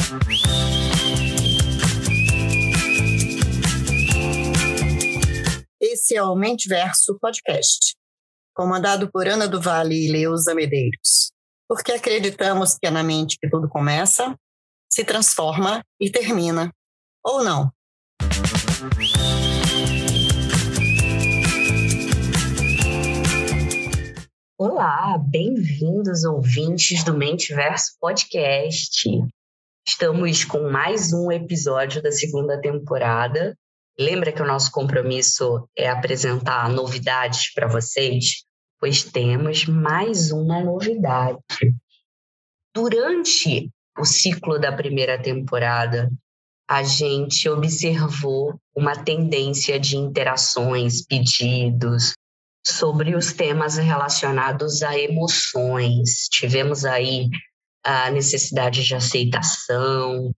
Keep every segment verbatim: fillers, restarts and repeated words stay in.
Esse é o Mentiverso Podcast, comandado por Ana do Vale e Leusa Medeiros, porque acreditamos que é na mente que tudo começa, se transforma e termina, ou não. Olá, bem-vindos ouvintes do Mentiverso Podcast. Estamos com mais um episódio da segunda temporada. Lembra que o nosso compromisso é apresentar novidades para vocês? Pois temos mais uma novidade. Durante o ciclo da primeira temporada, a gente observou uma tendência de interações, pedidos, sobre os temas relacionados a emoções. Tivemos aí a necessidade de aceitação,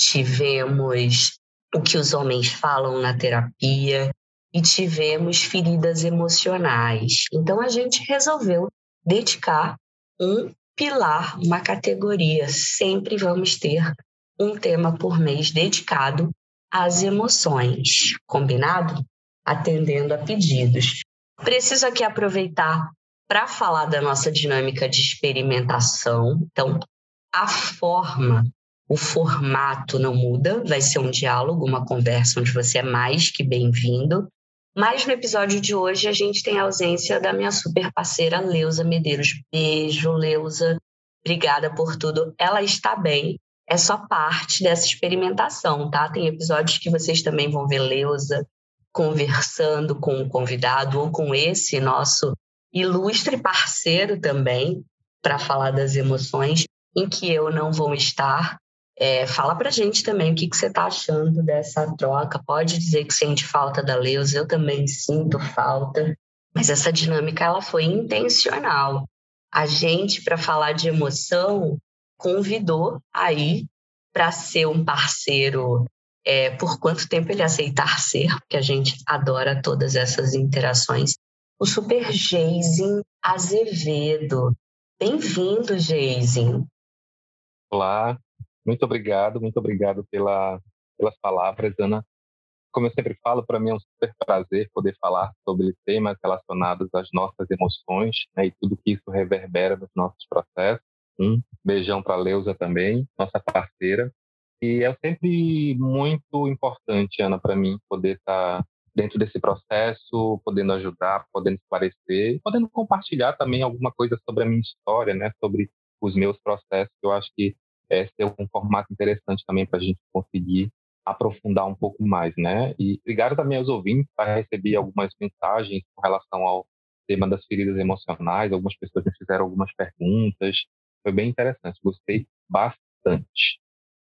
tivemos o que os homens falam na terapia e tivemos feridas emocionais. Então, a gente resolveu dedicar um pilar, uma categoria. Sempre vamos ter um tema por mês dedicado às emoções, combinado? Atendendo a pedidos. Preciso aqui aproveitar para falar da nossa dinâmica de experimentação. Então, a forma, o formato não muda, vai ser um diálogo, uma conversa onde você é mais que bem-vindo. Mas no episódio de hoje a gente tem a ausência da minha super parceira Leusa Medeiros. Beijo, Leusa. Obrigada por tudo. Ela está bem, é só parte dessa experimentação, tá? Tem episódios que vocês também vão ver Leusa conversando com o convidado ou com esse nosso ilustre parceiro também para falar das emoções, em que eu não vou estar. É, fala pra gente também o que, que você está achando dessa troca. Pode dizer que sente falta da Leusa, eu também sinto falta, mas essa dinâmica ela foi intencional. A gente, para falar de emoção, convidou aí para ser um parceiro, é, por quanto tempo ele aceitar ser, porque a gente adora todas essas interações, o Super Geisen Azevedo. Bem-vindo, Geisen. Olá. Muito obrigado, muito obrigado pela, pelas palavras, Ana. Como eu sempre falo, para mim é um super prazer poder falar sobre temas relacionados às nossas emoções, né, e tudo que isso reverbera nos nossos processos. Um beijão para a Leusa também, nossa parceira. E é sempre muito importante, Ana, para mim, poder estar dentro desse processo, podendo ajudar, podendo esclarecer, podendo compartilhar também alguma coisa sobre a minha história, né, sobre os meus processos, que eu acho que é ser um formato interessante também para a gente conseguir aprofundar um pouco mais, né? E obrigado também aos ouvintes, para receber algumas mensagens com relação ao tema das feridas emocionais. Algumas pessoas me fizeram algumas perguntas. Foi bem interessante, gostei bastante.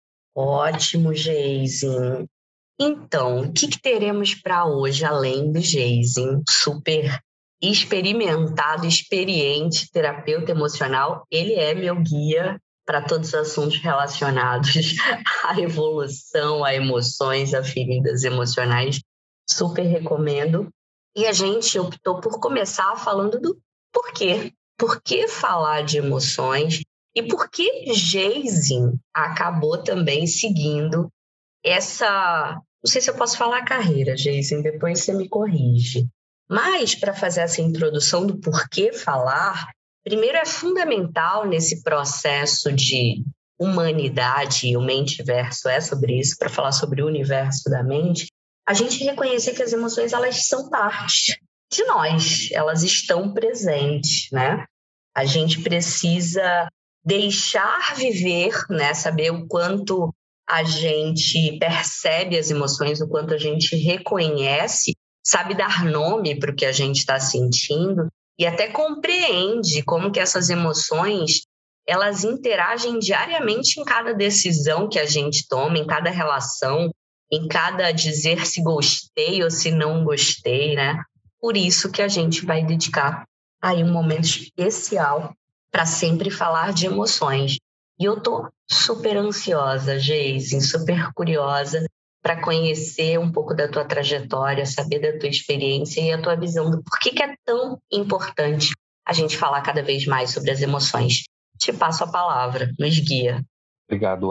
Ótimo, Geisen. Então, o que, que teremos para hoje, além do Geisen, super experimentado, experiente, terapeuta emocional? Ele é meu guia para todos os assuntos relacionados à evolução, a emoções, a feridas emocionais. Super recomendo. E a gente optou por começar falando do porquê. Por que falar de emoções? E por que Geisen acabou também seguindo essa... Não sei se eu posso falar carreira, Geisen, depois você me corrige. Mas, para fazer essa introdução do porquê falar... Primeiro, é fundamental nesse processo de humanidade, e o Mentiverso é sobre isso, para falar sobre o universo da mente, a gente reconhecer que as emoções elas são parte de nós, elas estão presentes, né? A gente precisa deixar viver, né? Saber o quanto a gente percebe as emoções, o quanto a gente reconhece, sabe dar nome para o que a gente está sentindo, e até compreende como que essas emoções, elas interagem diariamente em cada decisão que a gente toma, em cada relação, em cada dizer se gostei ou se não gostei, né? Por isso que a gente vai dedicar aí um momento especial para sempre falar de emoções. E eu tô super ansiosa, Geisen, super curiosa para conhecer um pouco da tua trajetória, saber da tua experiência e a tua visão do porquê que é tão importante a gente falar cada vez mais sobre as emoções. Te passo a palavra, nos guia. Obrigado, Ana.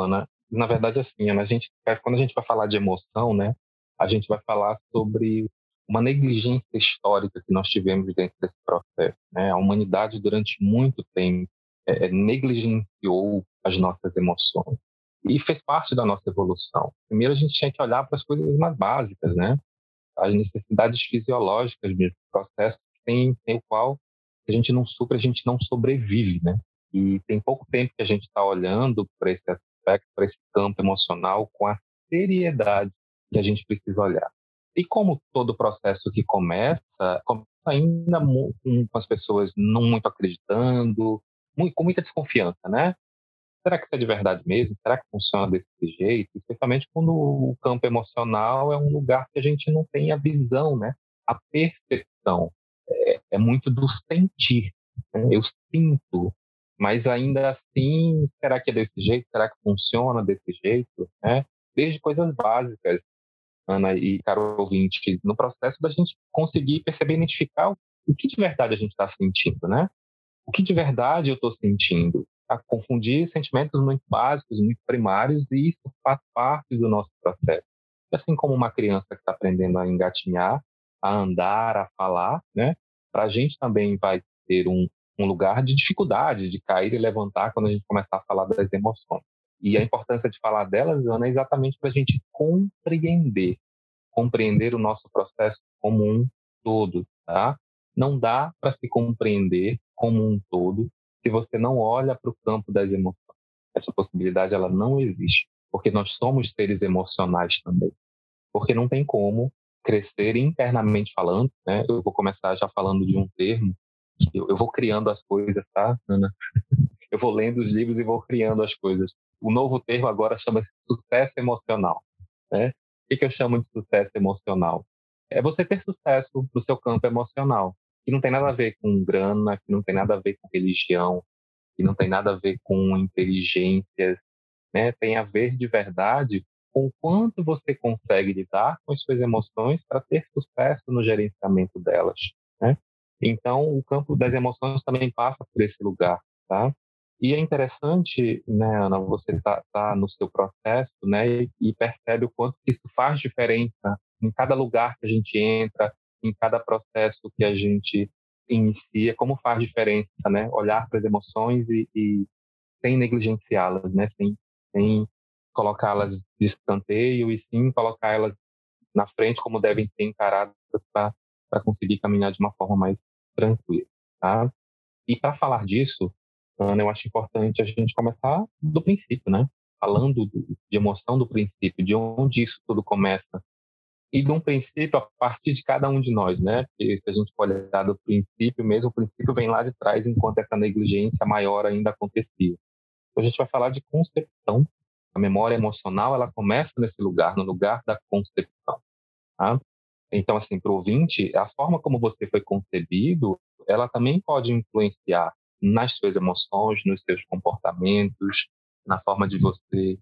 na verdade, assim, a gente, quando a gente vai falar de emoção, né, a gente vai falar sobre uma negligência histórica que nós tivemos dentro desse processo, né? A humanidade, durante muito tempo, é, negligenciou as nossas emoções. E fez parte da nossa evolução. Primeiro, a gente tinha que olhar para as coisas mais básicas, né? As necessidades fisiológicas mesmo, processo sem, sem o qual a gente não supra, a gente não sobrevive, né? E tem pouco tempo que a gente está olhando para esse aspecto, para esse campo emocional, com a seriedade que a gente precisa olhar. E como todo processo que começa, começa ainda com as pessoas não muito acreditando, muito, com muita desconfiança, né? Será que isso é de verdade mesmo? Será que funciona desse jeito? Especialmente quando o campo emocional é um lugar que a gente não tem a visão, né? A percepção. É, é muito do sentir, né? Eu sinto, mas ainda assim, será que é desse jeito? Será que funciona desse jeito? Né? Desde coisas básicas, Ana e caro ouvinte, no processo da gente conseguir perceber e identificar o que de verdade a gente está sentindo, né? O que de verdade eu estou sentindo? A confundir sentimentos muito básicos, muito primários, e isso faz parte do nosso processo. Assim como uma criança que está aprendendo a engatinhar, a andar, a falar, né? Para a gente também vai ter um, um lugar de dificuldade, de cair e levantar quando a gente começar a falar das emoções. E a importância de falar delas, Ana, é exatamente para a gente compreender, compreender o nosso processo como um todo, tá? Não dá para se compreender como um todo se você não olha para o campo das emoções. Essa possibilidade ela não existe, porque nós somos seres emocionais também. Porque não tem como crescer internamente falando, né? Eu vou começar já falando de um termo, que eu, eu vou criando as coisas, tá, Ana? Eu vou lendo os livros e vou criando as coisas. O novo termo agora chama-se sucesso emocional, né? O que eu chamo de sucesso emocional? É você ter sucesso no seu campo emocional, que não tem nada a ver com grana, que não tem nada a ver com religião, que não tem nada a ver com inteligências, né? Tem a ver de verdade com o quanto você consegue lidar com as suas emoções para ter sucesso no gerenciamento delas, né? Então, o campo das emoções também passa por esse lugar, tá? E é interessante, né, Ana, você tá, tá no seu processo, né, e, e percebe o quanto isso faz diferença em cada lugar que a gente entra, em cada processo que a gente inicia, como faz diferença, né, olhar para as emoções e, e sem negligenciá-las, né, sem, sem colocá-las de escanteio e sim colocá-las na frente como devem ser encaradas para conseguir caminhar de uma forma mais tranquila, tá? E para falar disso, Ana, eu acho importante a gente começar do princípio, né? Falando do, de emoção do princípio, de onde isso tudo começa. E de um princípio a partir de cada um de nós, né? Porque se a gente for olhar do princípio mesmo, o princípio vem lá de trás, enquanto essa negligência maior ainda acontecia. Então a gente vai falar de concepção. A memória emocional, ela começa nesse lugar, no lugar da concepção, tá? Então, assim, para o ouvinte, a forma como você foi concebido, ela também pode influenciar nas suas emoções, nos seus comportamentos, na forma de você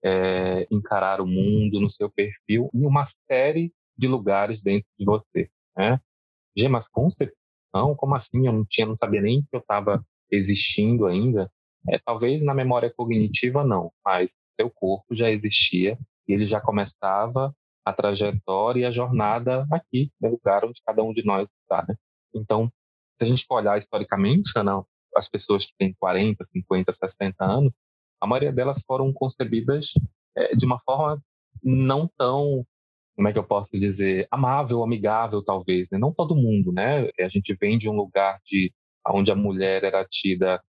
é, encarar o mundo, no seu perfil, em uma série de lugares dentro de você, né? Gê, mas concepção? Como assim? Eu não tinha, não sabia nem que eu estava existindo ainda. É, talvez na memória cognitiva não, mas seu corpo já existia e ele já começava a trajetória e a jornada aqui, no lugar onde cada um de nós está, né? Então, se a gente for olhar historicamente, não, as pessoas que têm quarenta, cinquenta, sessenta anos, a maioria delas foram concebidas é, de uma forma não tão, como é que eu posso dizer, amável, amigável, talvez, né? Não todo mundo, né? A gente vem de um lugar de onde a mulher era tida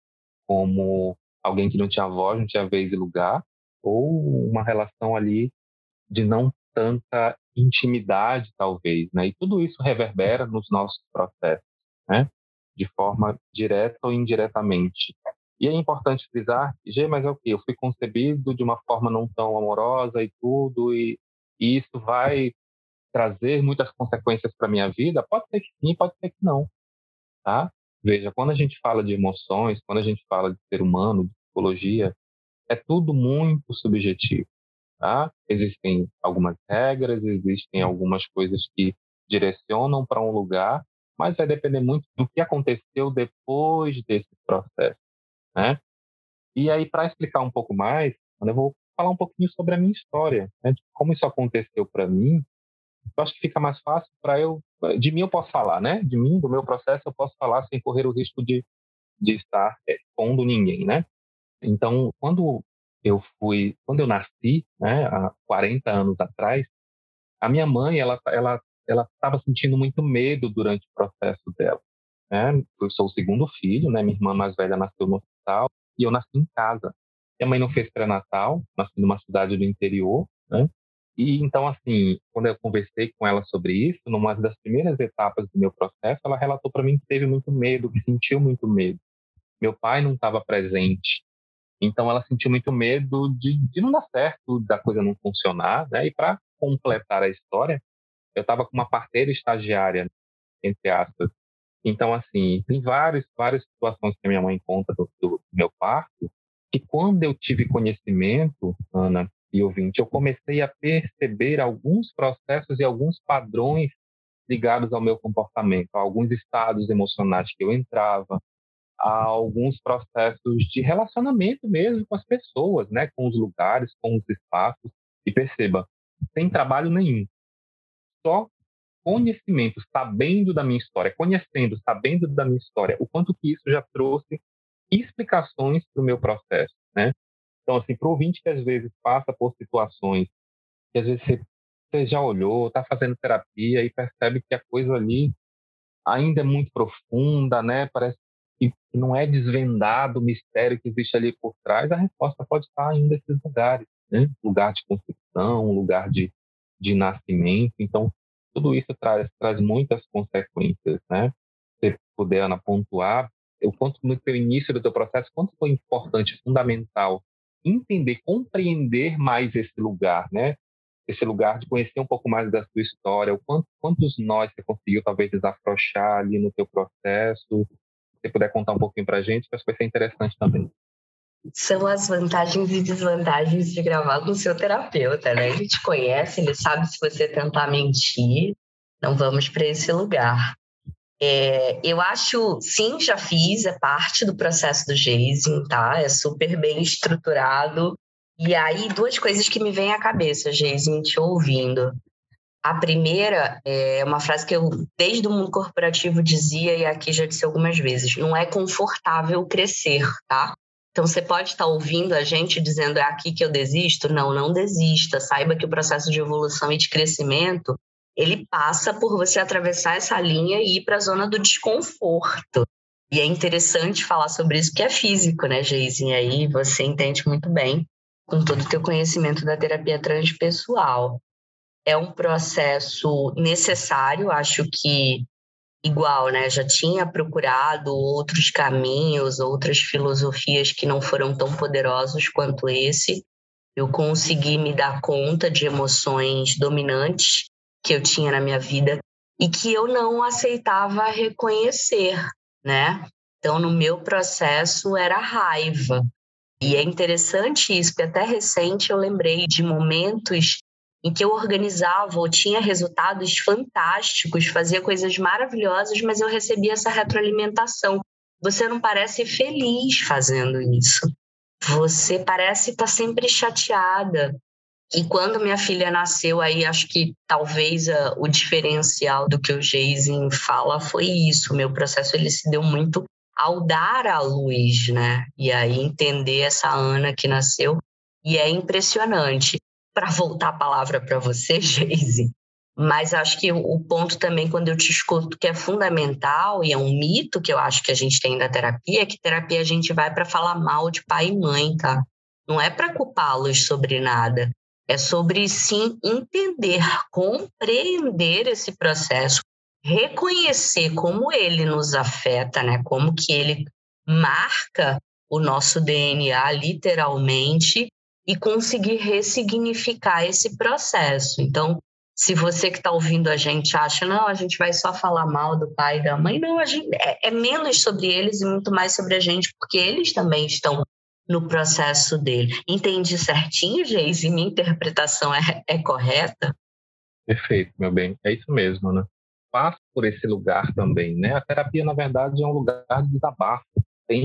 como alguém que não tinha voz, não tinha vez e lugar, ou uma relação ali de não tanta intimidade, talvez, né? E tudo isso reverbera nos nossos processos, né? De forma direta ou indiretamente. E é importante frisar, Gê, mas é o quê? Eu fui concebido de uma forma não tão amorosa e tudo, e, e isso vai trazer muitas consequências para minha vida? Pode ser que sim, pode ser que não, tá? Veja, quando a gente fala de emoções, quando a gente fala de ser humano, de psicologia, é tudo muito subjetivo. Tá? Existem algumas regras, existem algumas coisas que direcionam para um lugar, mas vai depender muito do que aconteceu depois desse processo, né? E aí, para explicar um pouco mais, eu vou falar um pouquinho sobre a minha história, né? De como isso aconteceu para mim. Eu acho que fica mais fácil para eu... De mim eu posso falar, né? De mim, do meu processo, eu posso falar sem correr o risco de, de estar expondo ninguém, né? Então, quando eu fui... Quando eu nasci, né, há quarenta anos atrás, a minha mãe, ela ela ela estava sentindo muito medo durante o processo dela, né? Eu sou o segundo filho, né? Minha irmã mais velha nasceu no hospital e eu nasci em casa. Minha mãe não fez pré-natal, nasci numa cidade do interior, né? E então, assim, quando eu conversei com ela sobre isso, numa das primeiras etapas do meu processo, ela relatou para mim que teve muito medo, que sentiu muito medo. Meu pai não estava presente, então ela sentiu muito medo de, de não dar certo, da coisa não funcionar, né? E para completar a história, eu estava com uma parteira estagiária, entre aspas. Então, assim, tem várias, várias situações que a minha mãe conta do, do meu parto, que quando eu tive conhecimento, Ana e ouvinte, eu comecei a perceber alguns processos e alguns padrões ligados ao meu comportamento, a alguns estados emocionais que eu entrava, a alguns processos de relacionamento mesmo com as pessoas, né, com os lugares, com os espaços. E perceba, sem trabalho nenhum, só conhecimento, sabendo da minha história, conhecendo, sabendo da minha história, o quanto que isso já trouxe explicações para o meu processo, né? Então, assim, para o ouvinte que às vezes passa por situações que às vezes você, você já olhou, está fazendo terapia e percebe que a coisa ali ainda é muito profunda, né? Parece que não é desvendado o mistério que existe ali por trás, a resposta pode estar ainda nesses lugares, né? Lugar de concepção, lugar de, de nascimento. Então, tudo isso traz, traz muitas consequências, né? Se puder, Ana, pontuar, o quanto no teu início do teu processo, quanto foi importante, fundamental, entender, compreender mais esse lugar, né? Esse lugar de conhecer um pouco mais da sua história, o quanto, quantos nós você conseguiu talvez desafrouxar ali no teu processo. Se você puder contar um pouquinho pra gente, acho que vai ser interessante também. São as vantagens e desvantagens de gravar com o seu terapeuta, né? Ele te conhece, ele sabe se você tentar mentir, não vamos para esse lugar. É, eu acho, sim, já fiz, é parte do processo do Geising, tá? É super bem estruturado. E aí, duas coisas que me vêm à cabeça, Geising, te ouvindo. A primeira é uma frase que eu, desde o mundo corporativo, dizia, e aqui já disse algumas vezes, não é confortável crescer, tá? Então, você pode estar ouvindo a gente dizendo, é aqui que eu desisto? Não, não desista. Saiba que o processo de evolução e de crescimento, ele passa por você atravessar essa linha e ir para a zona do desconforto. E é interessante falar sobre isso, porque é físico, né, Geising? Aí você entende muito bem, com todo o teu conhecimento da terapia transpessoal. É um processo necessário, acho que igual, né? Já tinha procurado outros caminhos, outras filosofias que não foram tão poderosos quanto esse. Eu consegui me dar conta de emoções dominantes que eu tinha na minha vida e que eu não aceitava reconhecer, né? Então, no meu processo era raiva. E é interessante isso, porque até recente eu lembrei de momentos em que eu organizava ou tinha resultados fantásticos, fazia coisas maravilhosas, mas eu recebia essa retroalimentação. Você não parece feliz fazendo isso. Você parece estar sempre chateada. E quando minha filha nasceu, aí acho que talvez a, o diferencial do que o Geising fala foi isso. O meu processo ele se deu muito ao dar à luz, né? E aí entender essa Ana que nasceu. E é impressionante. Para voltar a palavra para você, Geising, mas acho que o ponto também, quando eu te escuto, que é fundamental e é um mito que eu acho que a gente tem da terapia, é que terapia a gente vai para falar mal de pai e mãe, tá? Não é para culpá-los sobre nada. É sobre, sim, entender, compreender esse processo, reconhecer como ele nos afeta, né? Como que ele marca o nosso D N A, literalmente, e conseguir ressignificar esse processo. Então, se você que está ouvindo a gente acha, não, a gente vai só falar mal do pai e da mãe, não, a gente, é, é menos sobre eles e muito mais sobre a gente, porque eles também estão no processo dele. Entendi certinho, Geising? Minha interpretação é, é correta? Perfeito, meu bem. É isso mesmo, né? Passa por esse lugar também, né? A terapia, na verdade, é um lugar de desabafo. Tem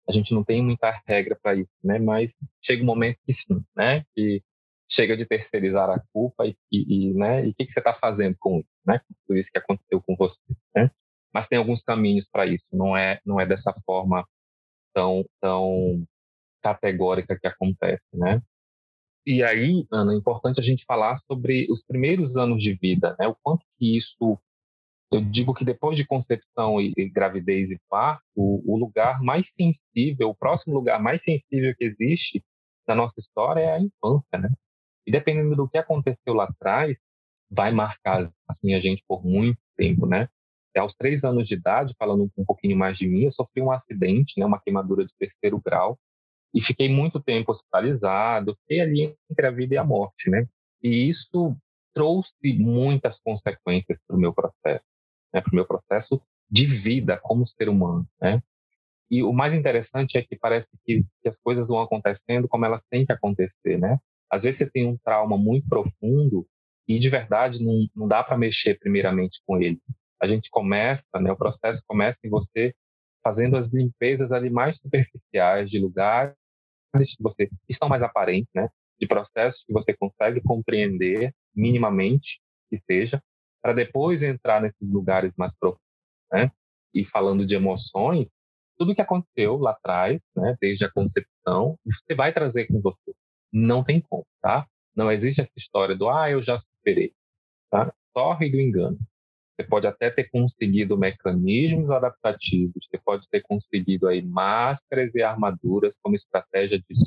A gente não tem muita regra para isso, né? Mas chega um momento que sim, né? Que chega de terceirizar a culpa e, e, e né? E o que, que você está fazendo com isso, né? Por isso que aconteceu com você, né? Mas tem alguns caminhos para isso. Não é, não é dessa forma tão, tão categórica que acontece, né? E aí, Ana, é importante a gente falar sobre os primeiros anos de vida, né? O quanto que isso, eu digo que depois de concepção e, e gravidez e parto, o, o lugar mais sensível, o próximo lugar mais sensível que existe na nossa história é a infância, né? E dependendo do que aconteceu lá atrás, vai marcar assim a gente por muito tempo, né? E aos três anos de idade, falando um pouquinho mais de mim, eu sofri um acidente, né? Uma queimadura de terceiro grau e fiquei muito tempo hospitalizado, fiquei ali entre a vida e a morte, né? E isso trouxe muitas consequências para o meu processo, né? Para o meu processo de vida como ser humano, né? E o mais interessante é que parece que, que as coisas vão acontecendo como elas têm que acontecer, né? Às vezes você tem um trauma muito profundo e de verdade não, não dá para mexer primeiramente com ele. A gente começa, né? O processo começa em você fazendo as limpezas ali mais superficiais de lugares que você que são mais aparentes, né? De processos que você consegue compreender minimamente, que seja, para depois entrar nesses lugares mais profundos, né? E falando de emoções, tudo que aconteceu lá atrás, né? Desde a concepção, você vai trazer com você. Não tem como, tá? Não existe essa história do ah, eu já superei, tá? Corre do engano. Você pode até ter conseguido mecanismos adaptativos, você pode ter conseguido aí máscaras e armaduras como estratégia de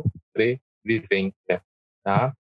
sobrevivência, tá?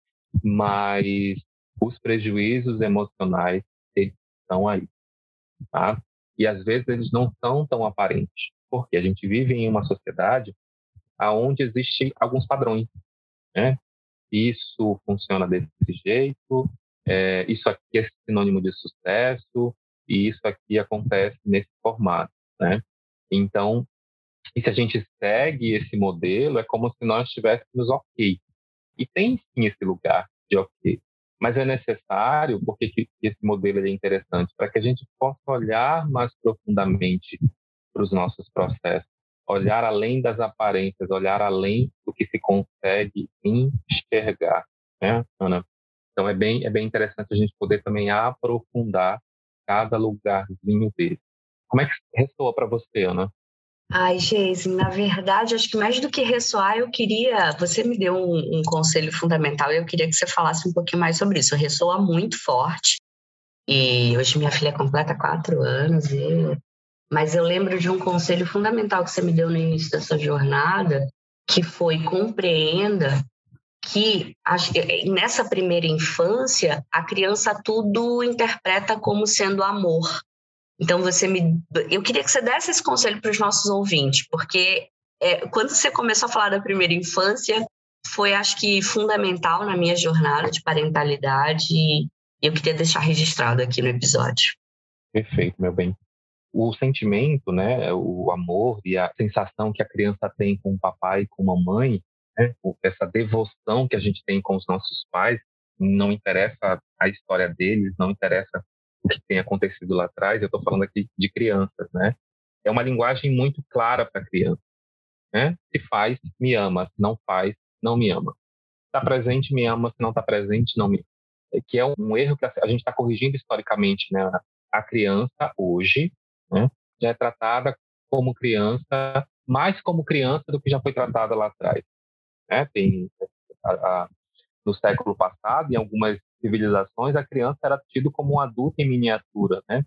Mas os prejuízos emocionais, eles estão aí, tá? E às vezes eles não são tão aparentes, porque a gente vive em uma sociedade onde existem alguns padrões, né? Isso funciona desse jeito, é, isso aqui é sinônimo de sucesso, e isso aqui acontece nesse formato, né? Então, e se a gente segue esse modelo, é como se nós estivéssemos ok. E tem sim esse lugar de ok. Mas é necessário, porque que esse modelo é interessante, para que a gente possa olhar mais profundamente para os nossos processos, olhar além das aparências, olhar além do que se consegue enxergar, né, Ana? Então é bem, é bem interessante a gente poder também aprofundar cada lugarzinho dele. Como é que ressoa para você, Ana? Ai, Geise, na verdade, acho que mais do que ressoar, eu queria. Você me deu um, um conselho fundamental e eu queria que você falasse um pouquinho mais sobre isso. Ressoa muito forte. E hoje minha filha completa quatro anos, e... mas eu lembro de um conselho fundamental que você me deu no início dessa jornada, que foi compreenda que nessa primeira infância a criança tudo interpreta como sendo amor. Então você me, eu queria que você desse esse conselho para os nossos ouvintes, porque é, quando você começou a falar da primeira infância, foi acho que fundamental na minha jornada de parentalidade e eu queria deixar registrado aqui no episódio. Perfeito, meu bem. O sentimento, né, o amor e a sensação que a criança tem com o papai e com a mamãe, né, essa devoção que a gente tem com os nossos pais, não interessa a história deles, não interessa o que tem acontecido lá atrás, eu estou falando aqui de crianças, né? É uma linguagem muito clara para a criança, né? Se faz, me ama, se não faz, não me ama. Está presente, me ama, se não está presente, não me ama. Que é um erro que a gente está corrigindo historicamente, né? A criança hoje, né, já é tratada como criança, mais como criança do que já foi tratada lá atrás, né? Tem a, a, no século passado, em algumas civilizações, a criança era tida como um adulto em miniatura, né?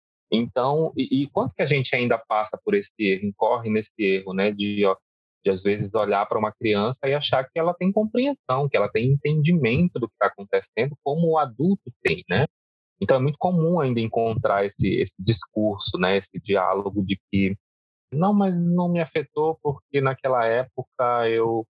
Então, e, e quanto que a gente ainda passa por esse erro, incorre nesse erro, né, de, ó, de às vezes olhar para uma criança e achar que ela tem compreensão, que ela tem entendimento do que está acontecendo, como o adulto tem, né? Então é muito comum ainda encontrar esse, esse discurso, né, esse diálogo de que não, mas não me afetou porque naquela época eu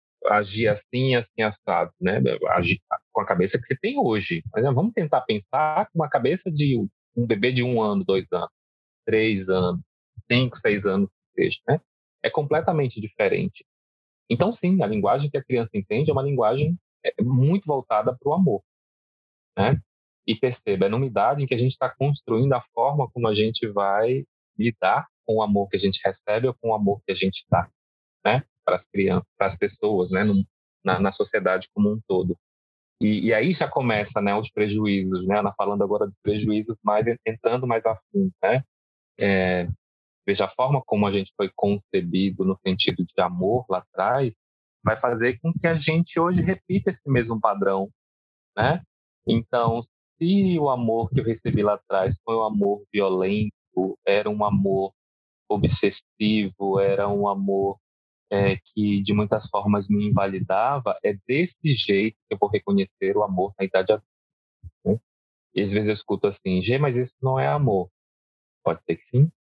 agi assim, assim, assado, né? Agi com a cabeça que você tem hoje. Mas né, vamos tentar pensar com uma cabeça de um bebê de um ano, dois anos, três anos, cinco, seis anos, que seja, né? É completamente diferente. Então, sim, a linguagem que a criança entende é uma linguagem muito voltada para o amor, né? E perceba, é numa idade em que a gente está construindo a forma como a gente vai lidar com o amor que a gente recebe ou com o amor que a gente dá. né? Para as crianças, para as pessoas, né? No, na, na sociedade como um todo. E, e aí já começa, né, os prejuízos, né? Ana falando agora dos prejuízos, mas entrando mais a fundo, né? É, veja, a forma como a gente foi concebido no sentido de amor lá atrás vai fazer com que a gente hoje repita esse mesmo padrão, né? Então, se o amor que eu recebi lá atrás foi um amor violento, era um amor obsessivo, era um amor é, que de muitas formas me invalidava, é desse jeito que eu vou reconhecer o amor na idade adulta, né? E às vezes eu escuto assim, Gê, mas isso não é amor. Pode ser que sim,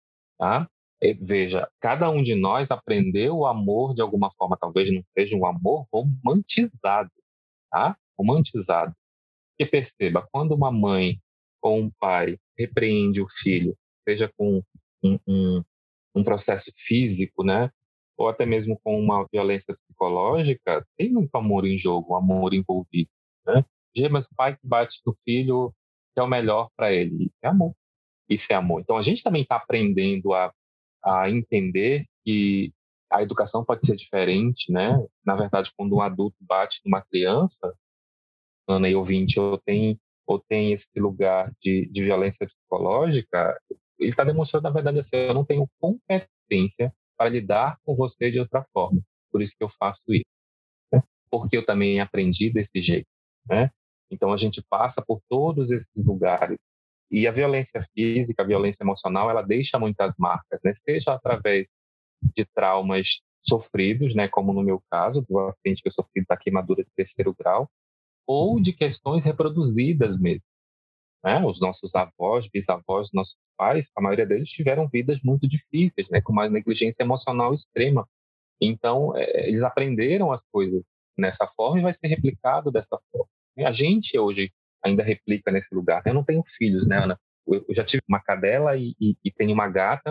tá? E, veja, cada um de nós aprendeu o amor de alguma forma, talvez não seja um amor romantizado, tá? Romantizado. E perceba, quando uma mãe ou um pai repreende o filho, seja com um, um, um processo físico, né? Ou até mesmo com uma violência psicológica, tem muito amor em jogo, um amor envolvido, né? Gê, mas o pai que bate no filho que é o melhor para ele. Isso é amor. Isso é amor. Então a gente também está aprendendo a, a entender que a educação pode ser diferente, né? Na verdade, quando um adulto bate numa criança, Ana e ouvinte, ou tem, ou tem esse lugar de, de violência psicológica, ele está demonstrando, na verdade, assim, eu não tenho competência para lidar com você de outra forma. Por isso que eu faço isso, né? Porque eu também aprendi desse jeito, né? Então, a gente passa por todos esses lugares. E a violência física, a violência emocional, ela deixa muitas marcas, né? Seja através de traumas sofridos, né? Como no meu caso, do acidente que eu sofri da queimadura de terceiro grau, ou de questões reproduzidas mesmo, né? Os nossos avós, bisavós, nossos pais, a maioria deles tiveram vidas muito difíceis, né? Com uma negligência emocional extrema. Então, é, eles aprenderam as coisas nessa forma e vai ser replicado dessa forma. E a gente hoje ainda replica nesse lugar. Eu não tenho filhos, né, Ana? Eu, eu já tive uma cadela e, e, e tenho uma gata,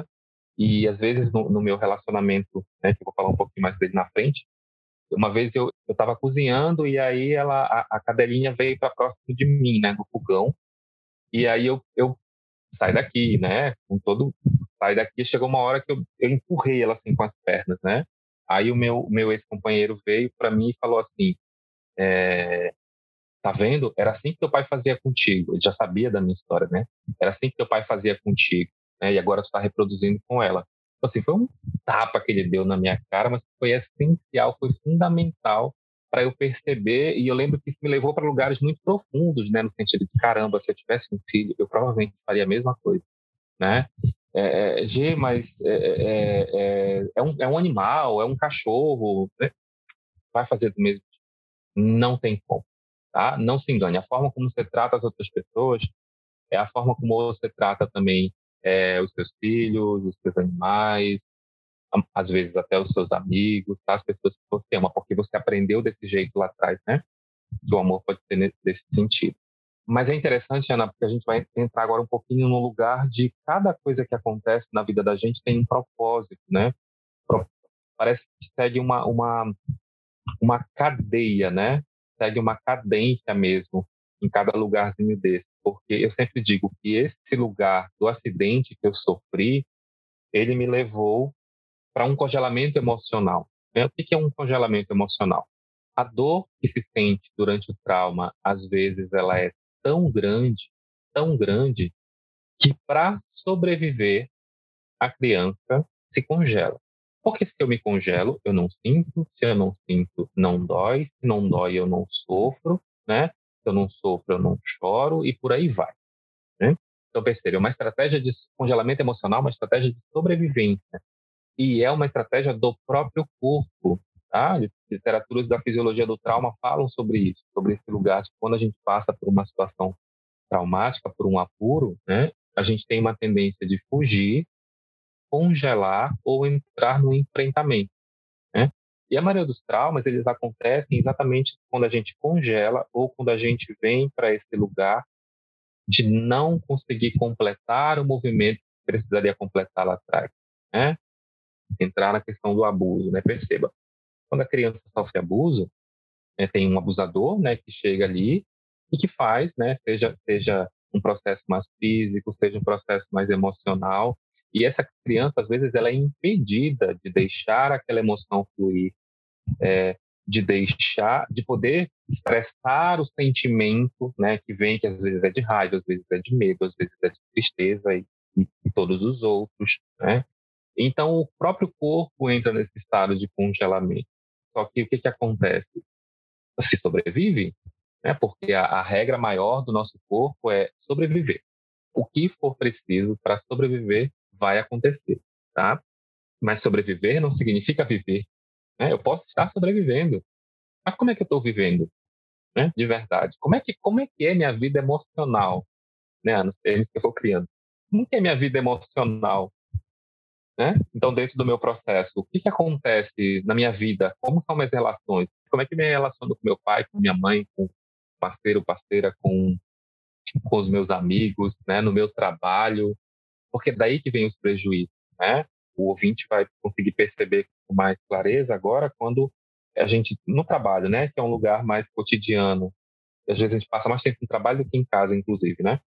e às vezes no, no meu relacionamento, né, que eu vou falar um pouquinho mais dele na frente, uma vez eu estava cozinhando e aí ela, a, a cadelinha veio para próximo de mim, né, no fogão. E aí eu, eu sai daqui, né, com todo sai daqui. Chegou uma hora que eu, eu empurrei ela assim com as pernas, né. Aí o meu meu ex-companheiro veio para mim e falou assim, é, tá vendo? Era assim que teu pai fazia contigo. Ele já sabia da minha história, né? Era assim que teu pai fazia contigo, né? E agora tu está reproduzindo com ela. Então, assim, foi um tapa que ele deu na minha cara, mas foi essencial, foi fundamental para eu perceber. E eu lembro que isso me levou para lugares muito profundos, né? No sentido de, caramba, se eu tivesse um filho, eu provavelmente faria a mesma coisa, né? É, é, G, mas é, é, é, é, um, é um animal, é um cachorro, né? Vai fazer do mesmo jeito. Não tem como, tá? Não se engane. A forma como você trata as outras pessoas é a forma como você trata também é, os seus filhos, os seus animais, às vezes até os seus amigos, tá? As pessoas que você ama, porque você aprendeu desse jeito lá atrás, né? Que o amor pode ser nesse, nesse sentido. Mas é interessante, Ana, porque a gente vai entrar agora um pouquinho no lugar de cada coisa que acontece na vida da gente tem um propósito, né? Parece que segue uma, uma, uma cadeia, né? Segue uma cadência mesmo em cada lugarzinho desse. Porque eu sempre digo que esse lugar do acidente que eu sofri, ele me levou para um congelamento emocional, né? O que é um congelamento emocional? A dor que se sente durante o trauma, às vezes, ela é tão grande, tão grande, que para sobreviver, a criança se congela. Porque se eu me congelo, eu não sinto, se eu não sinto, não dói, se não dói, eu não sofro, né? Se eu não sofro, eu não choro, e por aí vai, né? Então, percebe, é uma estratégia de congelamento emocional, uma estratégia de sobrevivência. E é uma estratégia do próprio corpo, tá? Literaturas da fisiologia do trauma falam sobre isso, sobre esse lugar de quando a gente passa por uma situação traumática, por um apuro, né? A gente tem uma tendência de fugir, congelar ou entrar no enfrentamento, né? E a maioria dos traumas, eles acontecem exatamente quando a gente congela ou quando a gente vem para esse lugar de não conseguir completar o movimento que precisaria completar lá atrás, né? Entrar na questão do abuso, né? Perceba, quando a criança sofre abuso, né, tem um abusador, né, que chega ali e que faz, né, seja seja um processo mais físico, seja um processo mais emocional, E essa criança, às vezes, ela é impedida de deixar aquela emoção fluir, é, de deixar, de poder expressar o sentimento, né, que vem, que às vezes é de raiva, às vezes é de medo, às vezes é de tristeza e, e, e todos os outros, né? Então, o próprio corpo entra nesse estado de congelamento. Só que o que, que acontece? Se sobrevive, né? Porque a, a regra maior do nosso corpo é sobreviver. O que for preciso para sobreviver vai acontecer, tá? Mas sobreviver não significa viver, né? Eu posso estar sobrevivendo, mas como é que eu estou vivendo, né? De verdade? Como é que como é que é minha vida emocional, né? Nos termos que eu estou criando. Como que é minha vida emocional, né? Então, dentro do meu processo, o que que acontece na minha vida? Como são minhas relações? Como é que eu me relaciono com meu pai, com minha mãe, com parceiro, parceira, com com os meus amigos, né? No meu trabalho? Porque é daí que vem os prejuízos, né? O ouvinte vai conseguir perceber com mais clareza agora quando a gente, no trabalho, né? Que é um lugar mais cotidiano. Às vezes a gente passa mais tempo no trabalho do que em casa, inclusive, né?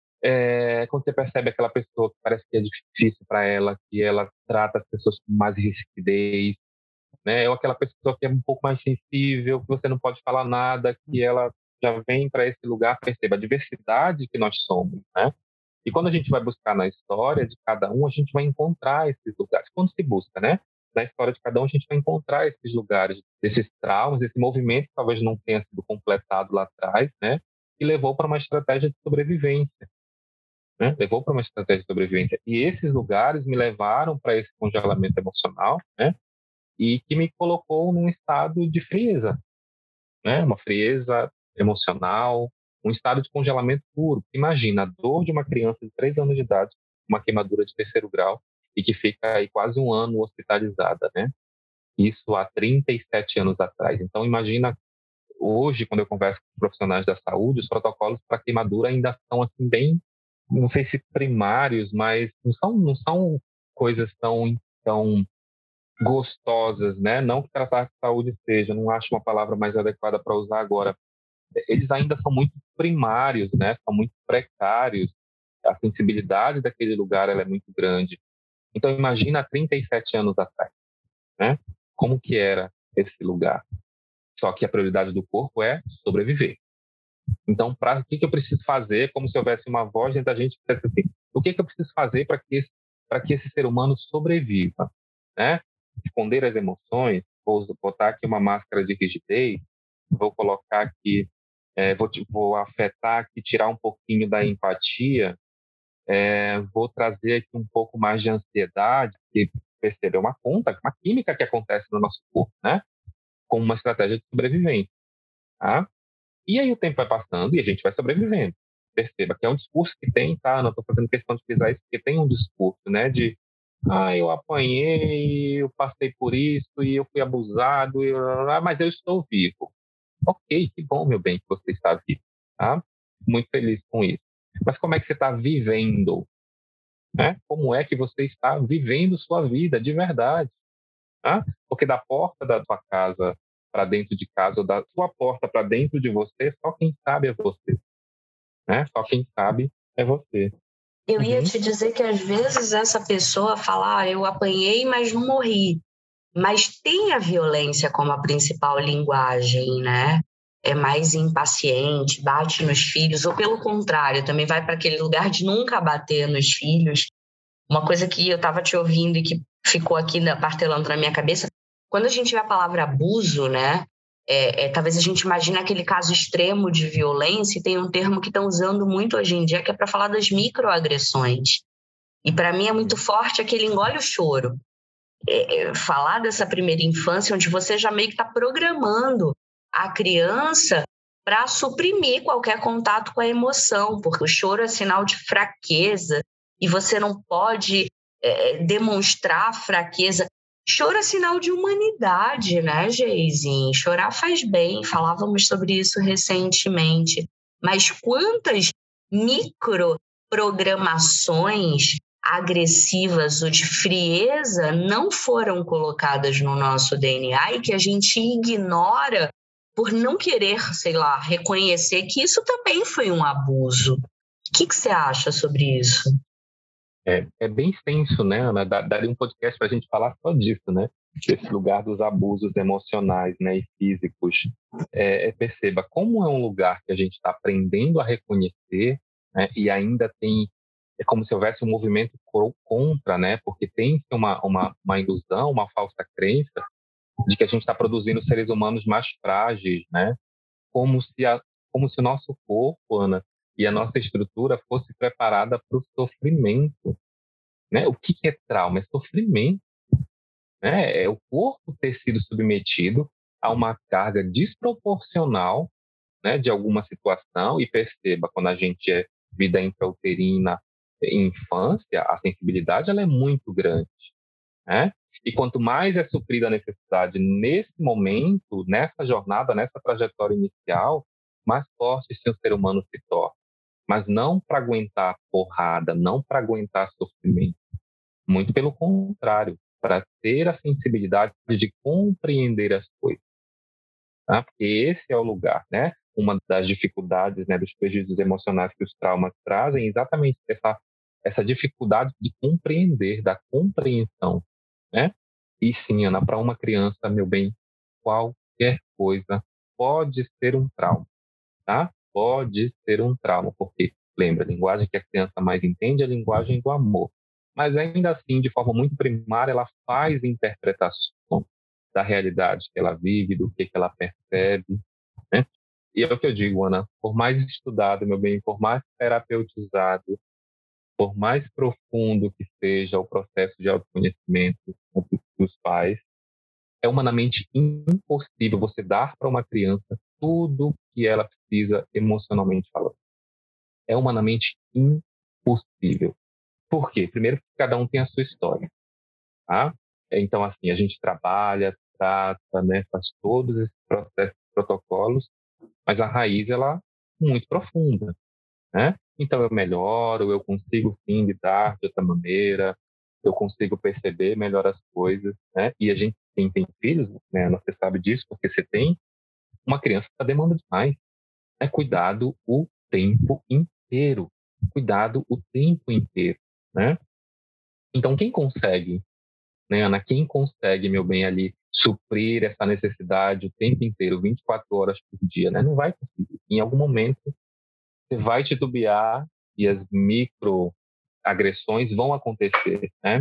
É, quando você percebe aquela pessoa que parece que é difícil para ela, que ela trata as pessoas com mais rigidez, né? Ou aquela pessoa que é um pouco mais sensível, que você não pode falar nada, que ela já vem para esse lugar, perceba a diversidade que nós somos, né? E quando a gente vai buscar na história de cada um, a gente vai encontrar esses lugares. Quando se busca, né? Na história de cada um, a gente vai encontrar esses lugares, esses traumas, esse movimento que talvez não tenha sido completado lá atrás, né? E levou para uma estratégia de sobrevivência, né? Levou para uma estratégia de sobrevivência. E esses lugares me levaram para esse congelamento emocional, né? E que me colocou num estado de frieza, né? Uma frieza emocional, um estado de congelamento puro. Imagina a dor de uma criança de três anos de idade, uma queimadura de terceiro grau, e que fica aí quase um ano hospitalizada, né? Isso há trinta e sete anos atrás. Então, imagina, hoje, quando eu converso com profissionais da saúde, os protocolos para queimadura ainda são, assim, bem, não sei se primários, mas não são, não são coisas tão, tão gostosas, né? Não que tratar de saúde seja, não acho uma palavra mais adequada para usar agora. Eles ainda são muito primários, né? São muito precários. A sensibilidade daquele lugar ela é muito grande. Então, imagina há trinta e sete anos atrás, né? Como que era esse lugar? Só que a prioridade do corpo é sobreviver. Então, para o que, que eu preciso fazer? Como se houvesse uma voz dentro da gente que dissesse assim, o que, que eu preciso fazer para que, esse, para que esse ser humano sobreviva, né? Esconder as emoções, vou botar aqui uma máscara de rigidez, vou colocar aqui, é, vou, vou afetar aqui, tirar um pouquinho da empatia, é, vou trazer aqui um pouco mais de ansiedade, que percebeu uma conta, uma química que acontece no nosso corpo, né? Como uma estratégia de sobrevivência, tá? E aí o tempo vai passando e a gente vai sobrevivendo. Perceba que é um discurso que tem, tá? Não estou fazendo questão de pesar isso, porque tem um discurso, né? De, ah, eu apanhei, eu passei por isso e eu fui abusado, e, ah, mas eu estou vivo. Ok, que bom, meu bem, que você está vivo, tá? Muito feliz com isso. Mas como é que você está vivendo? Né? Como é que você está vivendo sua vida de verdade? Tá? Porque da porta da sua casa para dentro de casa, ou da sua porta para dentro de você, só quem sabe é você. Né? Só quem sabe é você. Eu ia te dizer que às vezes essa pessoa fala, ah, eu apanhei, mas não morri. Mas tem a violência como a principal linguagem, né? É mais impaciente, bate nos filhos, ou pelo contrário, também vai para aquele lugar de nunca bater nos filhos. Uma coisa que eu estava te ouvindo e que ficou aqui martelando na minha cabeça, quando a gente vê a palavra abuso, né? É, é, talvez a gente imagine aquele caso extremo de violência, e tem um termo que estão usando muito hoje em dia, que é para falar das microagressões. E para mim é muito forte aquele engole o choro. É, é, falar dessa primeira infância, onde você já meio que está programando a criança para suprimir qualquer contato com a emoção, porque o choro é sinal de fraqueza e você não pode é, demonstrar fraqueza. Choro é sinal de humanidade, né, Geizinho? Chorar faz bem, falávamos sobre isso recentemente. Mas quantas microprogramações agressivas ou de frieza não foram colocadas no nosso D N A e que a gente ignora por não querer, sei lá, reconhecer que isso também foi um abuso. O que, que você acha sobre isso? É, é bem extenso, né, Ana? Dá- Daria um podcast para a gente falar só disso, né? Desse lugar dos abusos emocionais, né, e físicos. É, é, perceba como é um lugar que a gente está aprendendo a reconhecer, né, e ainda tem, é como se houvesse um movimento co- contra, né? Porque tem uma, uma, uma ilusão, uma falsa crença de que a gente está produzindo seres humanos mais frágeis, né? Como se, a, como se o nosso corpo, Ana, e a nossa estrutura fosse preparada para o sofrimento, né? O que, que é trauma? É sofrimento, né? É o corpo ter sido submetido a uma carga desproporcional, né, de alguma situação. E perceba, quando a gente é vida intrauterina em infância, a sensibilidade ela é muito grande, né? E quanto mais é suprida a necessidade nesse momento, nessa jornada, nessa trajetória inicial, mais forte esse ser humano se torna. Mas não para aguentar porrada, não para aguentar sofrimento. Muito pelo contrário, para ter a sensibilidade de compreender as coisas. Tá? Porque esse é o lugar, né? Uma das dificuldades, né, dos prejuízos emocionais que os traumas trazem é exatamente essa, essa dificuldade de compreender, da compreensão, né? E sim, Ana, para uma criança, meu bem, qualquer coisa pode ser um trauma, tá? Pode ser um trauma, porque, lembra, a linguagem que a criança mais entende é a linguagem do amor. Mas ainda assim, de forma muito primária, ela faz interpretações da realidade que ela vive, do que, que ela percebe, né? E é o que eu digo, Ana, por mais estudado, meu bem, por mais terapeutizado, por mais profundo que seja o processo de autoconhecimento dos pais, é humanamente impossível você dar para uma criança tudo que ela precisa emocionalmente falando. É humanamente impossível. Por quê? Primeiro, porque cada um tem a sua história, tá? Então, assim, a gente trabalha, trata, né, faz todos esses processos, protocolos, mas a raiz, ela é muito profunda, né? Então, eu melhoro, eu consigo, sim, lidar de outra maneira, eu consigo perceber melhor as coisas, né? E a gente, quem tem filhos, né, você sabe disso, porque você tem, uma criança está demandando demais. É cuidado o tempo inteiro. Cuidado o tempo inteiro, né? Então, quem consegue, né, Ana? Quem consegue, meu bem, ali, suprir essa necessidade o tempo inteiro, vinte e quatro horas por dia, né? Não vai conseguir. Em algum momento, você vai titubear e as microagressões vão acontecer, né?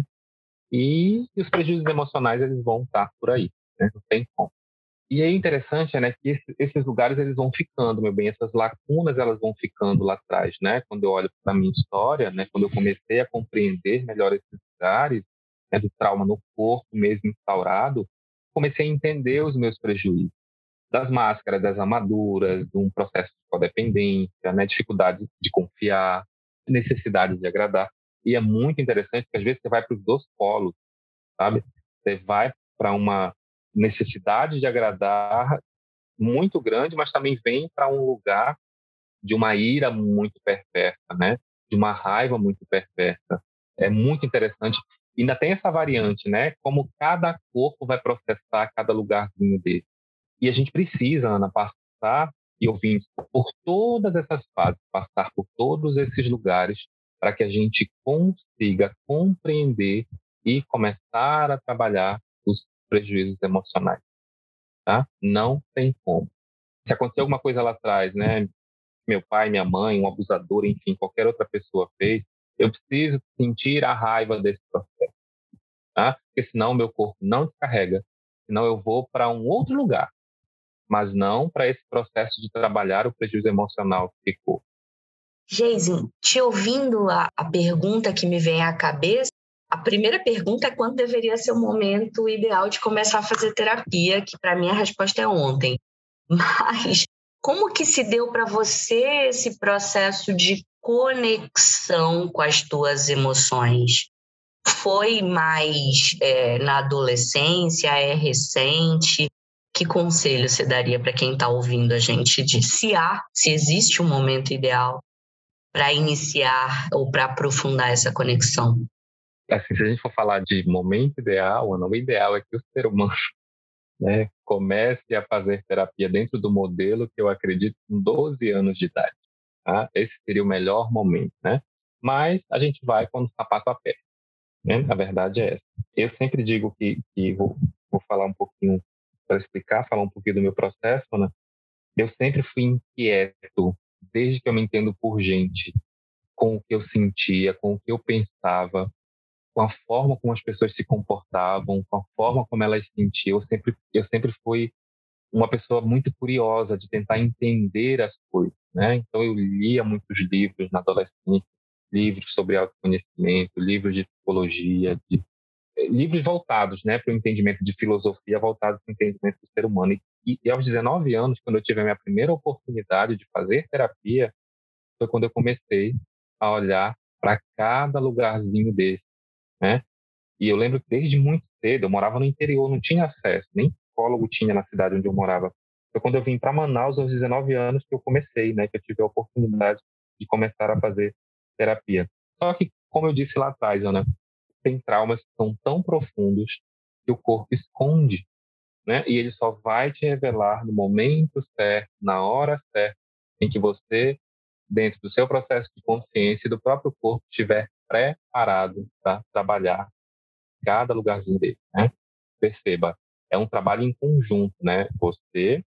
E, e os prejuízos emocionais, eles vão estar por aí, né? Não tem como. E é interessante, né, que esse, esses lugares, eles vão ficando, meu bem, essas lacunas, elas vão ficando lá atrás, né? Quando eu olho para a minha história, né, quando eu comecei a compreender melhor esses lugares, né, do trauma no corpo mesmo instaurado, comecei a entender os meus prejuízos, das máscaras, das armaduras, de um processo de codependência, né, dificuldade de confiar, necessidade de agradar. E é muito interessante que às vezes você vai para os dois polos, sabe? Você vai para uma necessidade de agradar muito grande, mas também vem para um lugar de uma ira muito perversa, né? De uma raiva muito perversa. É muito interessante. E ainda tem essa variante, né? Como cada corpo vai processar cada lugarzinho dele. E a gente precisa, Ana, passar e ouvir por todas essas fases, passar por todos esses lugares para que a gente consiga compreender e começar a trabalhar os prejuízos emocionais, tá? Não tem como. Se acontecer alguma coisa lá atrás, né? Meu pai, minha mãe, um abusador, enfim, qualquer outra pessoa fez, eu preciso sentir a raiva desse processo, tá? Porque senão o meu corpo não descarrega, senão eu vou para um outro lugar, mas não para esse processo de trabalhar o prejuízo emocional que ficou. Geise, te ouvindo a, a pergunta que me vem à cabeça, a primeira pergunta é quando deveria ser o momento ideal de começar a fazer terapia, que para mim a resposta é ontem. Mas como que se deu para você esse processo de conexão com as tuas emoções? Foi mais é, na adolescência, é recente? Que conselho você daria para quem está ouvindo a gente de se há, se existe um momento ideal para iniciar ou para aprofundar essa conexão? Assim, se a gente for falar de momento ideal, Ana, o ideal é que o ser humano, né, comece a fazer terapia dentro do modelo que eu acredito com doze anos de idade. Tá? Esse seria o melhor momento, né? mas a gente vai quando o sapato aperta, né? A verdade é essa. Eu sempre digo que, que vou, vou falar um pouquinho, para explicar, falar um pouquinho do meu processo, né? Eu sempre fui inquieto, desde que eu me entendo por gente, com o que eu sentia, com o que eu pensava, com a forma como as pessoas se comportavam, com a forma como elas sentiam. Eu sempre, eu sempre fui uma pessoa muito curiosa de tentar entender as coisas, né? Então eu lia muitos livros na adolescência, livros sobre autoconhecimento, livros de psicologia, de, livros voltados, né, para o entendimento de filosofia, voltados para o entendimento do ser humano. E, e aos dezenove anos, quando eu tive a minha primeira oportunidade de fazer terapia, foi quando eu comecei a olhar para cada lugarzinho desse, né? E eu lembro que desde muito cedo, eu morava no interior, não tinha acesso, nem psicólogo tinha na cidade onde eu morava. Foi quando eu vim para Manaus, aos dezenove anos, que eu comecei, né, que eu tive a oportunidade de começar a fazer terapia. Só que, como eu disse lá atrás, Ana, tem traumas que são tão profundos que o corpo esconde, né? E ele só vai te revelar no momento certo, na hora certa, em que você, dentro do seu processo de consciência e do próprio corpo, estiver preparado para trabalhar cada lugarzinho dele, né? Perceba, é um trabalho em conjunto, né? Você,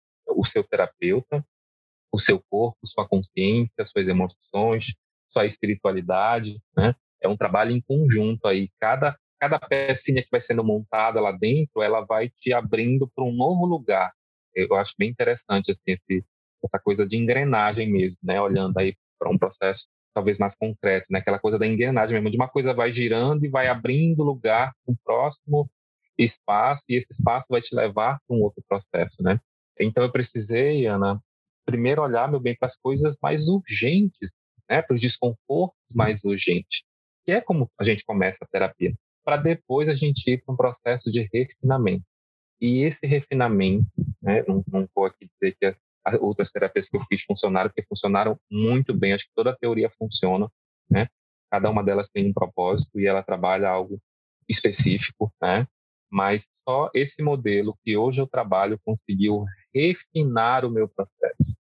o seu terapeuta, o seu corpo, sua consciência, suas emoções, sua espiritualidade, né? É um trabalho em conjunto aí. Cada cada pecinha que vai sendo montada lá dentro, ela vai te abrindo para um novo lugar. Eu acho bem interessante assim, esse, essa coisa de engrenagem mesmo, né? Olhando aí para um processo talvez mais concreto, né? Aquela coisa da engrenagem mesmo, de uma coisa vai girando e vai abrindo lugar para um próximo espaço, e esse espaço vai te levar para um outro processo, né? Então eu precisei, Ana, primeiro olhar, meu bem, para as coisas mais urgentes, né? Para os desconfortos mais urgentes, que é como a gente começa a terapia, para depois a gente ir para um processo de refinamento. E esse refinamento, né? Não, não vou aqui dizer que as outras terapias que eu fiz funcionaram, porque funcionaram muito bem. Acho que toda a teoria funciona, né? Cada uma delas tem um propósito e ela trabalha algo específico, né? Mas só esse modelo que hoje eu trabalho conseguiu refinar o meu processo.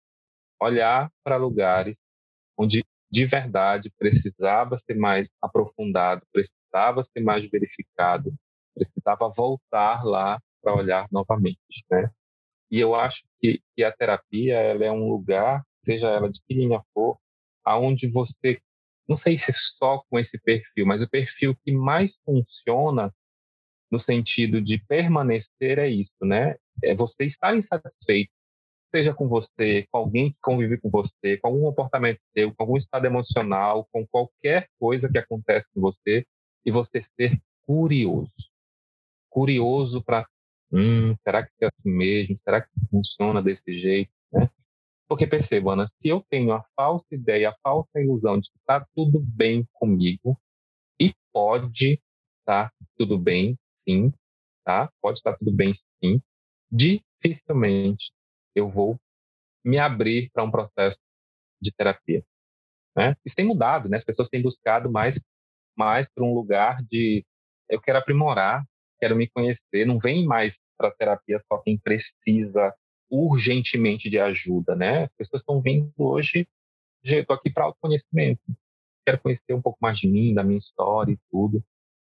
Olhar para lugares onde de verdade precisava ser mais aprofundado, precisava ser mais verificado, precisava voltar lá para olhar novamente, né? E eu acho que, que a terapia, ela é um lugar, seja ela de que linha for, aonde você, não sei se é só com esse perfil, mas o perfil que mais funciona no sentido de permanecer é isso, né? É você estar insatisfeito, seja com você, com alguém que convive com você, com algum comportamento seu, com algum estado emocional, com qualquer coisa que acontece com você, e você ser curioso. Curioso para, hum, será que é assim mesmo? Será que funciona desse jeito? Né? Porque perceba, Ana, se eu tenho a falsa ideia, a falsa ilusão de que está tudo bem comigo, e pode estar tudo bem, sim, tá? Pode estar tudo bem, sim, dificilmente eu vou me abrir para um processo de terapia, né? Isso tem mudado, né? As pessoas têm buscado mais, mais para um lugar de eu quero aprimorar, quero me conhecer, não vem mais para terapia só quem precisa urgentemente de ajuda, né? As pessoas estão vindo hoje, eu estou aqui para autoconhecimento, quero conhecer um pouco mais de mim, da minha história e tudo.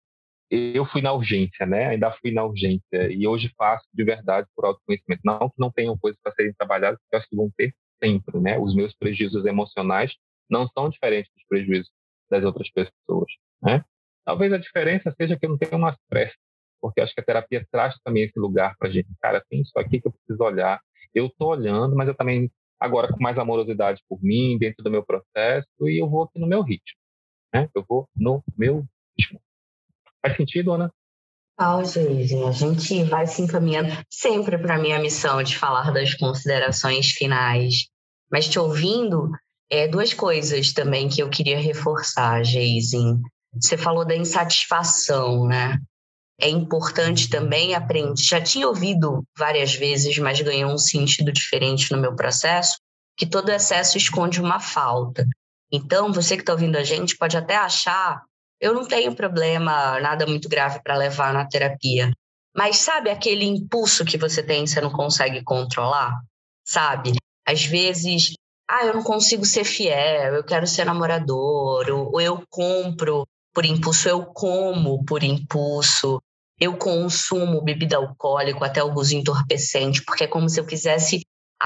Eu fui na urgência, né? Ainda fui na urgência e hoje faço de verdade por autoconhecimento. Não que não tenham coisas para serem trabalhadas, porque eu acho que vão ter sempre, né? Os meus prejuízos emocionais não são diferentes dos prejuízos das outras pessoas, né? Talvez a diferença seja que eu não tenho uma pressa, porque acho que a terapia traz também esse lugar para a gente. Cara, tem isso aqui que eu preciso olhar. Eu estou olhando, mas eu também agora com mais amorosidade por mim, dentro do meu processo, e eu vou aqui no meu ritmo, né? Eu vou no meu ritmo. Faz sentido, Ana? Ah, Geise, a gente vai se encaminhando sempre para a minha missão de falar das considerações finais. Mas te ouvindo, é, duas coisas também que eu queria reforçar, Geise. Você falou da insatisfação, né? É importante também aprender. Já tinha ouvido várias vezes, mas ganhou um sentido diferente no meu processo, que todo excesso esconde uma falta. Então, você que está ouvindo a gente pode até achar eu não tenho problema, nada muito grave para levar na terapia. Mas sabe aquele impulso que você tem e você não consegue controlar? Sabe? Às vezes ah, eu não consigo ser fiel, eu quero ser namorador, ou, ou eu compro por impulso, eu como por impulso, eu consumo bebida alcoólica, até o uso entorpecente, porque é como se eu quisesse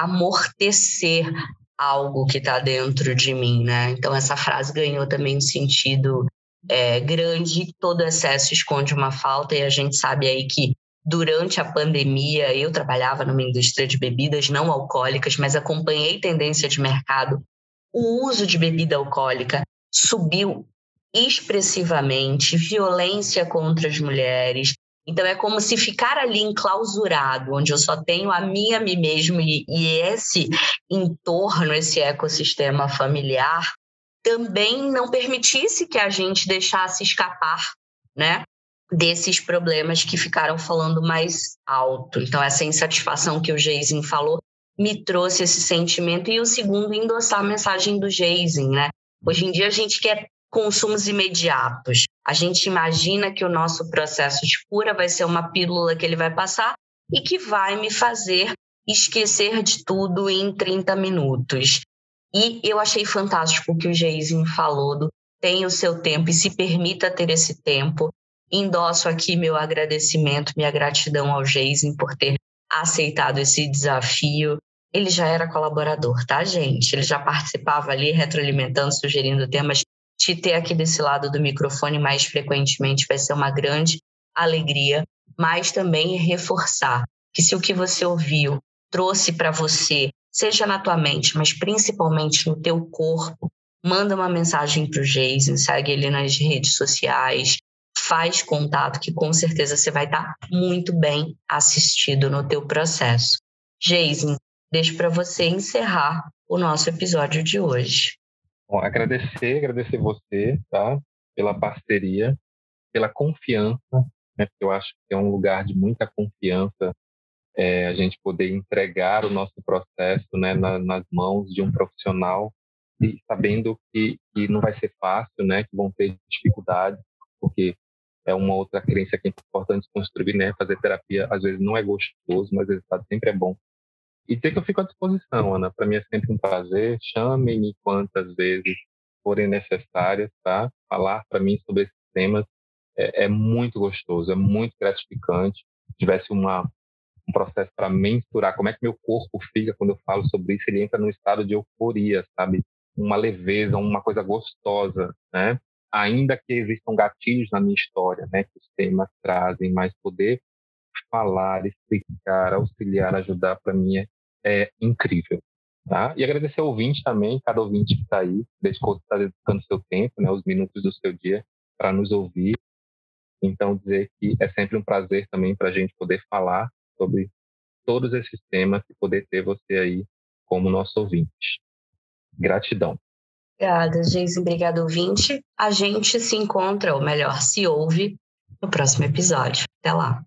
amortecer algo que está dentro de mim, né? Então essa frase ganhou também um sentido é, grande. Todo excesso esconde uma falta, e a gente sabe aí que durante a pandemia eu trabalhava numa indústria de bebidas não alcoólicas, mas acompanhei tendência de mercado. O uso de bebida alcoólica subiu expressivamente, violência contra as mulheres. Então é como se ficar ali enclausurado, onde eu só tenho a mim, a mim mesmo, e, e esse entorno, esse ecossistema familiar, também não permitisse que a gente deixasse escapar, né, desses problemas que ficaram falando mais alto. Então essa insatisfação que o Geising falou me trouxe esse sentimento. E o segundo, endossar a mensagem do Geising, né? Hoje em dia a gente quer consumos imediatos. A gente imagina que o nosso processo de cura vai ser uma pílula que ele vai passar e que vai me fazer esquecer de tudo em trinta minutos. E eu achei fantástico o que o Geising falou do tenha o seu tempo e se permita ter esse tempo. Endosso aqui meu agradecimento, minha gratidão ao Geising por ter aceitado esse desafio. Ele já era colaborador, tá, gente? Ele já participava ali, retroalimentando, sugerindo temas. Te ter aqui desse lado do microfone mais frequentemente vai ser uma grande alegria, mas também reforçar que se o que você ouviu trouxe para você, seja na tua mente, mas principalmente no teu corpo, manda uma mensagem para o Geising, segue ele nas redes sociais, faz contato, que com certeza você vai estar muito bem assistido no teu processo. Geising, deixo para você encerrar o nosso episódio de hoje. Bom, agradecer, agradecer você, tá? Pela parceria, pela confiança, né? Porque eu acho que é um lugar de muita confiança é, a gente poder entregar o nosso processo, né, na, nas mãos de um profissional, e sabendo que, que não vai ser fácil, né? Que vão ter dificuldades, porque é uma outra crença que é importante construir, né? Fazer terapia às vezes não é gostoso, mas o resultado sempre é bom. E dizer que eu fico à disposição, Ana. Para mim é sempre um prazer. Chame-me quantas vezes forem necessárias, tá? Falar para mim sobre esses temas é, é muito gostoso, é muito gratificante. Se tivesse uma, um processo para mensurar como é que meu corpo fica quando eu falo sobre isso, ele entra num estado de euforia, sabe? Uma leveza, uma coisa gostosa, né? Ainda que existam gatilhos na minha história, né? Que os temas trazem, mas poder falar, explicar, auxiliar, ajudar, para mim é, é incrível, tá? E agradecer ao ouvinte também, cada ouvinte que está aí, desde que está dedicando seu tempo, né, os minutos do seu dia para nos ouvir. Então, dizer que é sempre um prazer também para a gente poder falar sobre todos esses temas e poder ter você aí como nosso ouvinte. Gratidão. Obrigada, Geising. Obrigada, ouvinte. A gente se encontra, ou melhor, se ouve no próximo episódio. Até lá.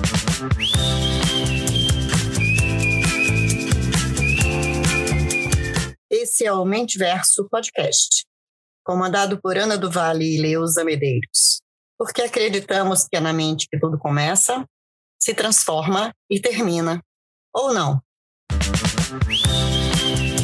Esse é o Mentiverso Podcast, comandado por Ana do Vale e Leusa Medeiros, porque acreditamos que é na mente que tudo começa, se transforma e termina. Ou não.